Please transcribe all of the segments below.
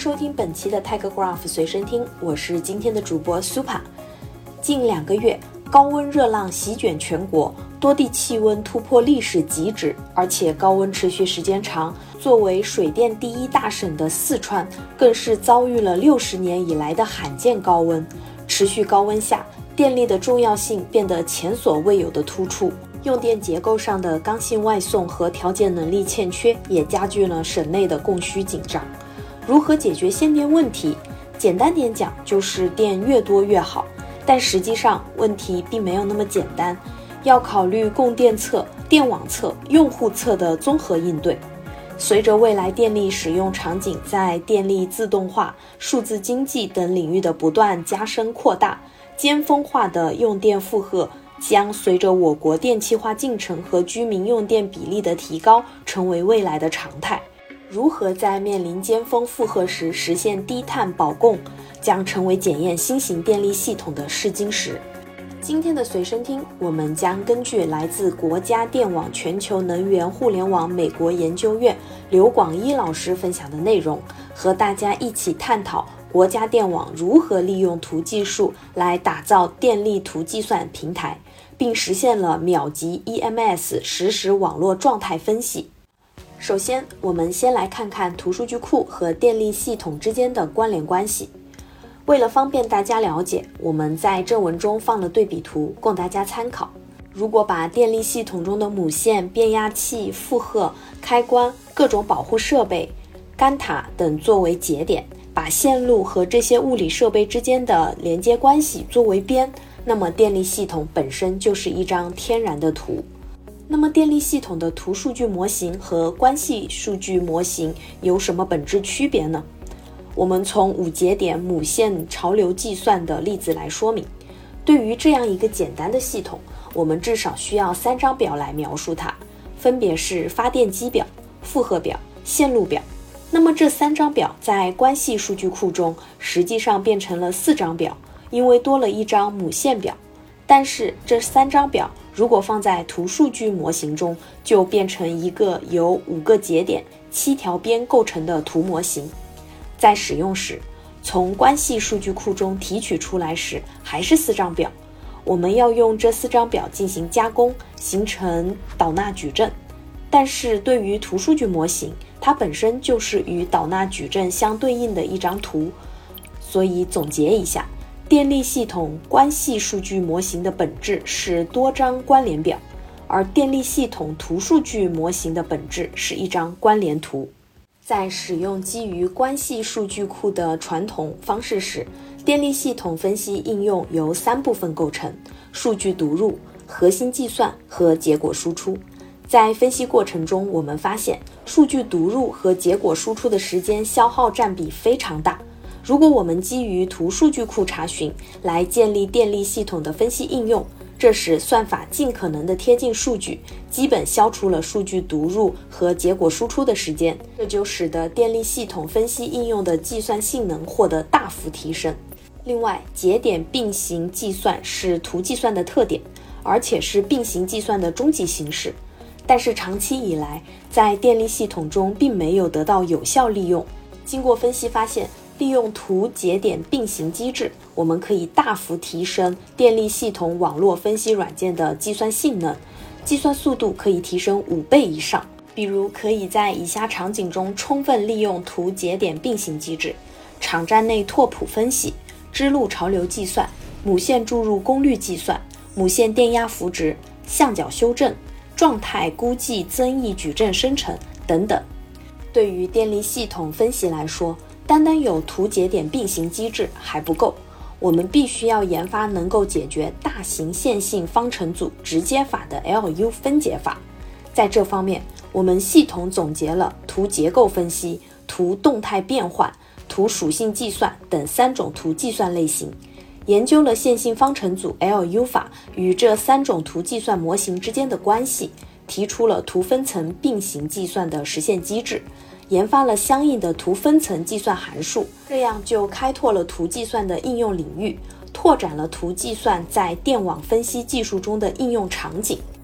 收听本期的 TechGraph 随身听，我是今天的主播 Super。近2个月，高温热浪席卷全国，多地气温突破历史极值，而且高温持续时间长。作为水电第一大省的四川，更是遭遇了60年以来的罕见高温。持续高温下，电力的重要性变得前所未有的突出。用电结构上的刚性外送和调节能力欠缺，也加剧了省内的供需紧张。如何解决限电问题？简单点讲，就是电越多越好。但实际上，问题并没有那么简单，要考虑供电侧、电网侧、用户侧的综合应对。随着未来电力使用场景在电力自动化、数字经济等领域的不断加深扩大，尖峰化的用电负荷将随着我国电气化进程和居民用电比例的提高，成为未来的常态。如何在面临尖峰负荷时实现低碳保供，将成为检验新型电力系统的试金石。今天的随身听，我们将根据来自国家电网全球能源互联网美国研究院刘广一老师分享的内容，和大家一起探讨国家电网如何利用图技术来打造电力图计算平台，并实现了秒级 EMS 实时网络状态分析。首先，我们先来看看图数据库和电力系统之间的关联关系。为了方便大家了解，我们在正文中放了对比图，供大家参考。如果把电力系统中的母线、变压器、负荷、开关、各种保护设备、干塔等作为节点，把线路和这些物理设备之间的连接关系作为边，那么电力系统本身就是一张天然的图。那么电力系统的图数据模型和关系数据模型有什么本质区别呢？我们从5节点母线潮流计算的例子来说明。对于这样一个简单的系统，我们至少需要3张表来描述它，分别是发电机表、负荷表、线路表。那么这3张表在关系数据库中实际上变成了4张表，因为多了一张母线表。但是这3张表如果放在图数据模型中，就变成一个由5个节点、7条边构成的图模型。在使用时，从关系数据库中提取出来时还是4张表，我们要用这4张表进行加工，形成导纳矩阵。但是对于图数据模型，它本身就是与导纳矩阵相对应的一张图。所以总结一下，电力系统关系数据模型的本质是多张关联表，而电力系统图数据模型的本质是一张关联图。在使用基于关系数据库的传统方式时，电力系统分析应用由3部分构成：数据读入、核心计算和结果输出。在分析过程中，我们发现数据读入和结果输出的时间消耗占比非常大。如果我们基于图数据库查询来建立电力系统的分析应用，这时算法尽可能的贴近数据，基本消除了数据读入和结果输出的时间，这就使得电力系统分析应用的计算性能获得大幅提升。另外，节点并行计算是图计算的特点，而且是并行计算的终极形式，但是长期以来在电力系统中并没有得到有效利用。经过分析发现，利用图节点并行机制，我们可以大幅提升电力系统网络分析软件的计算性能，计算速度可以提升5倍以上。比如可以在以下场景中充分利用图节点并行机制：场站内拓扑分析、支路潮流计算、母线注入功率计算、母线电压幅值、相角修正、状态估计增益矩阵生成等等。对于电力系统分析来说，单单有图节点并行机制还不够，我们必须要研发能够解决大型线性方程组直接法的 LU 分解法。在这方面，我们系统总结了图结构分析、图动态变换、图属性计算等3种图计算类型，研究了线性方程组 LU 法与这3种图计算模型之间的关系，提出了图分层并行计算的实现机制，研发了相应的图分层计算函数，这样就开拓了图计算的应用领域，拓展了图计算在电网分析技术中的应用场景。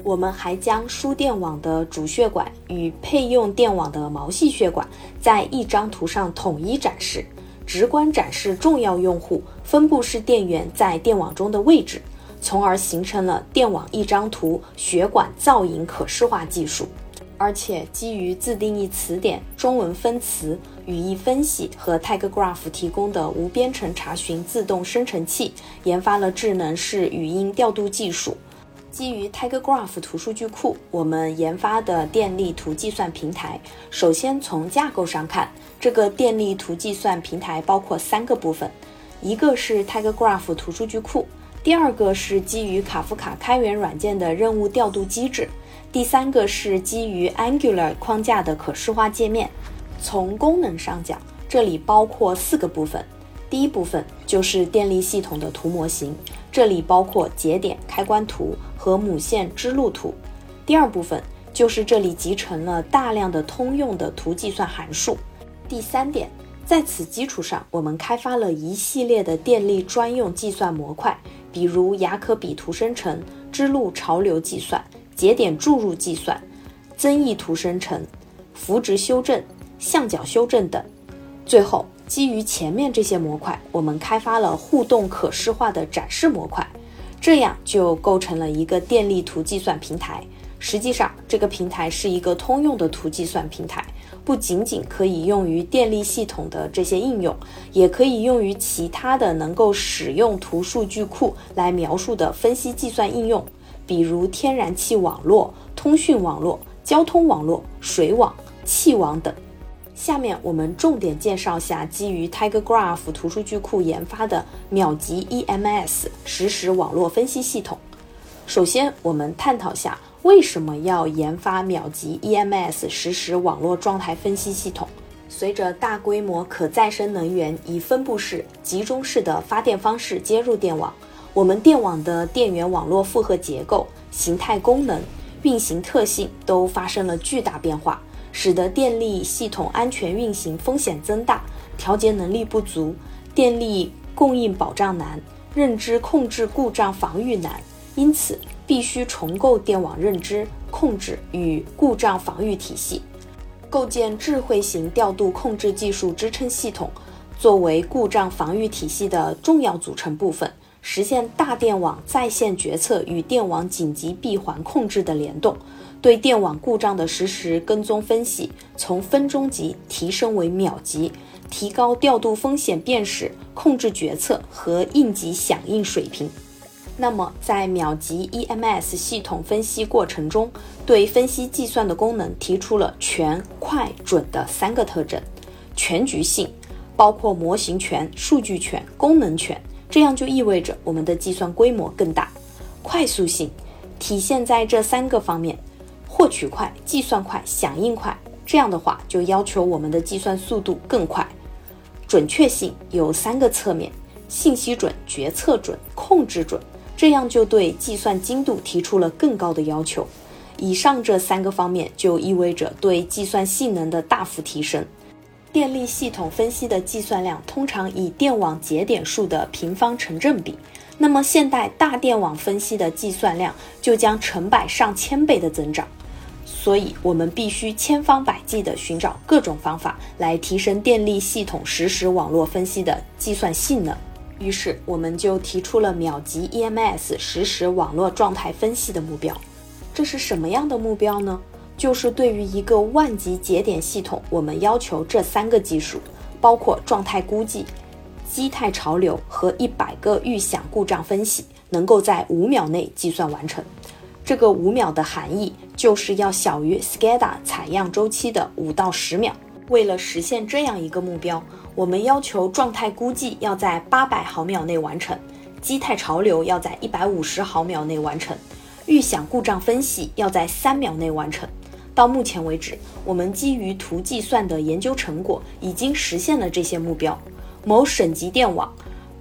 我们还将输电网的主血管与配用电网的毛细血管在一张图上统一展示，直观展示重要用户分布式电源在电网中的位置，从而形成了电网一张图血管造影可视化技术。而且基于自定义词典、中文分词、语义分析和 Tigergraph 提供的无编程查询自动生成器，研发了智能式语音调度技术。基于 Tigergraph 图数据库，我们研发的电力图计算平台，首先从架构上看，这个电力图计算平台包括3个部分，一个是 Tigergraph 图数据库，第二个是基于卡夫卡开源软件的任务调度机制，第三个是基于 Angular 框架的可视化界面。从功能上讲，这里包括4个部分。第一部分就是电力系统的图模型，这里包括节点开关图和母线支路图。第二部分就是这里集成了大量的通用的图计算函数。第三点，在此基础上，我们开发了一系列的电力专用计算模块，比如雅可比图生成、支路潮流计算、节点注入计算、增益图生成、幅值修正、向角修正等。最后，基于前面这些模块，我们开发了互动可视化的展示模块，这样就构成了一个电力图计算平台。实际上，这个平台是一个通用的图计算平台，不仅仅可以用于电力系统的这些应用，也可以用于其他的能够使用图数据库来描述的分析计算应用，比如天然气网络、通讯网络、交通网络、水网、气网等。下面我们重点介绍下基于 Tigergraph 图数据库研发的秒级 EMS 实时网络分析系统。首先，我们探讨下为什么要研发秒级 EMS 实时网络状态分析系统。随着大规模可再生能源以分布式、集中式的发电方式接入电网，我们电网的电源网络负荷结构、形态功能、运行特性都发生了巨大变化，使得电力系统安全运行风险增大，调节能力不足，电力供应保障难，认知控制故障防御难，因此必须重构电网认知、控制与故障防御体系，构建智慧型调度控制技术支撑系统，作为故障防御体系的重要组成部分，实现大电网在线决策与电网紧急闭环控制的联动，对电网故障的实时跟踪分析从分钟级提升为秒级，提高调度风险辨识、控制决策和应急响应水平。那么在秒级 EMS 系统分析过程中，对分析计算的功能提出了全、快、准的3个特征。全局性包括模型权、数据权、功能权，这样就意味着我们的计算规模更大。快速性体现在这3个方面，获取快、计算快、响应快，这样的话就要求我们的计算速度更快。准确性有3个侧面，信息准、决策准、控制准，这样就对计算精度提出了更高的要求。以上这3个方面就意味着对计算性能的大幅提升。电力系统分析的计算量通常以电网节点数的平方成正比，那么现代大电网分析的计算量就将成百上千倍的增长。所以我们必须千方百计地寻找各种方法来提升电力系统实时网络分析的计算性能。于是我们就提出了秒级 EMS 实时网络状态分析的目标。这是什么样的目标呢？就是对于一个万级节点系统，我们要求这3个技术，包括状态估计、基态潮流和100个预想故障分析，能够在5秒内计算完成。这个5秒的含义就是要小于 SCADA 采样周期的5到10秒。为了实现这样一个目标，我们要求状态估计要在800毫秒内完成，基态潮流要在150毫秒内完成，预想故障分析要在3秒内完成。到目前为止，我们基于图计算的研究成果已经实现了这些目标。某省级电网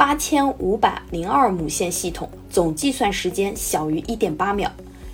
8502母线系统总计算时间小于 1.8 秒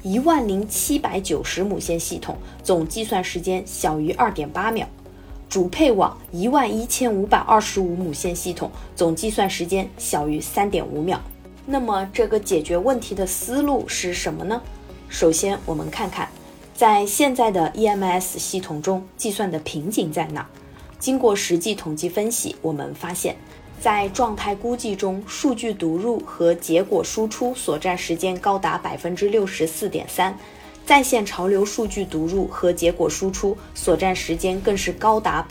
，10790母线系统总计算时间小于 2.8 秒，主配网11525母线系统总计算时间小于 3.5 秒。那么这个解决问题的思路是什么呢？ 首先我们看看在现在的 EMS 系统中计算的瓶颈在哪。经过实际统计分析，我们发现在状态估计中，数据读入和结果输出所占时间高达 64.3%， 在线潮流数据读入和结果输出所占时间更是高达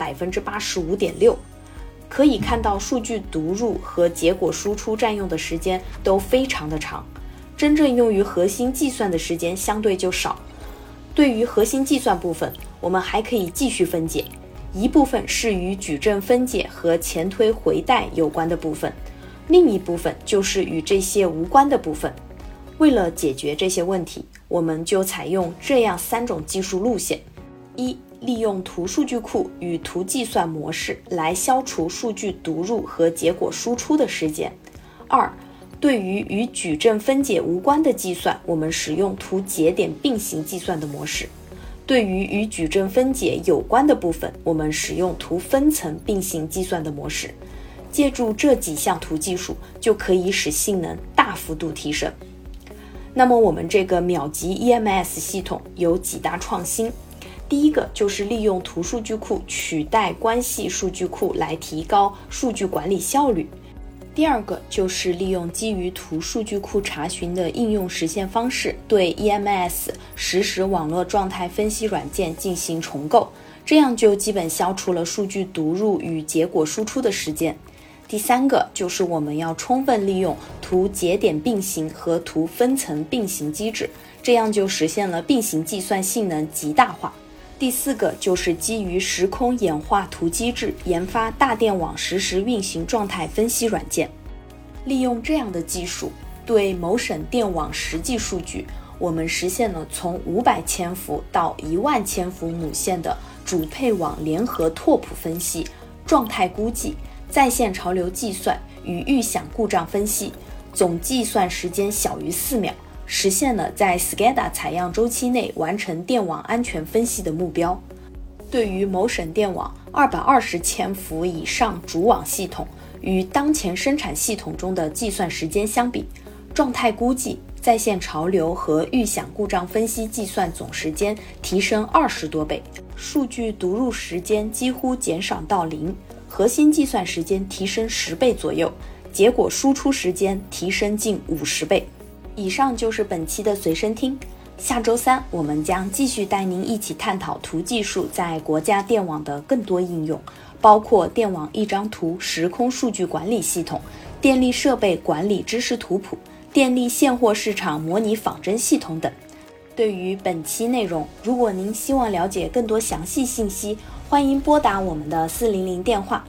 85.6%。 可以看到数据读入和结果输出占用的时间都非常的长，真正用于核心计算的时间相对就少。对于核心计算部分，我们还可以继续分解，一部分是与矩阵分解和前推回带有关的部分，另一部分就是与这些无关的部分。为了解决这些问题，我们就采用这样3种技术路线：一、利用图数据库与图计算模式来消除数据读入和结果输出的时间；二、对于与矩阵分解无关的计算，我们使用图节点并行计算的模式；对于与矩阵分解有关的部分，我们使用图分层并行计算的模式。借助这几项图技术，就可以使性能大幅度提升。那么我们这个秒级 EMS 系统有几大创新。第一个就是利用图数据库取代关系数据库来提高数据管理效率。第二个就是利用基于图数据库查询的应用实现方式，对 EMS 实时网络状态分析软件进行重构，这样就基本消除了数据读入与结果输出的时间。第三个就是我们要充分利用图节点并行和图分层并行机制，这样就实现了并行计算性能极大化。第四个就是基于时空演化图机制研发大电网实时运行状态分析软件。利用这样的技术，对某省电网实际数据，我们实现了从500千伏到10000千伏母线的主配网联合拓扑分析、状态估计、在线潮流计算与预想故障分析，总计算时间小于4秒，实现了在 SCADA 采样周期内完成电网安全分析的目标。对于某省电网220千伏以上主网系统，与当前生产系统中的计算时间相比，状态估计、在线潮流和预想故障分析计算总时间提升20多倍，数据读入时间几乎减少到0，核心计算时间提升10倍左右，结果输出时间提升近50倍。以上就是本期的随身听，下周3我们将继续带您一起探讨图技术在国家电网的更多应用，包括电网一张图时空数据管理系统、电力设备管理知识图谱、电力现货市场模拟仿真系统等。对于本期内容，如果您希望了解更多详细信息，欢迎拨打我们的400电话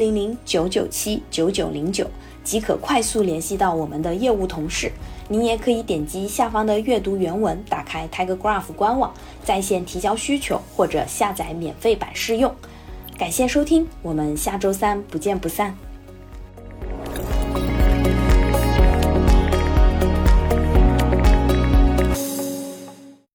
400-997-9909，即可快速联系到我们的业务同事。您也可以点击下方的阅读原文，打开 TigerGraph 官网，在线提交需求或者下载免费版试用。感谢收听，我们下周3不见不散。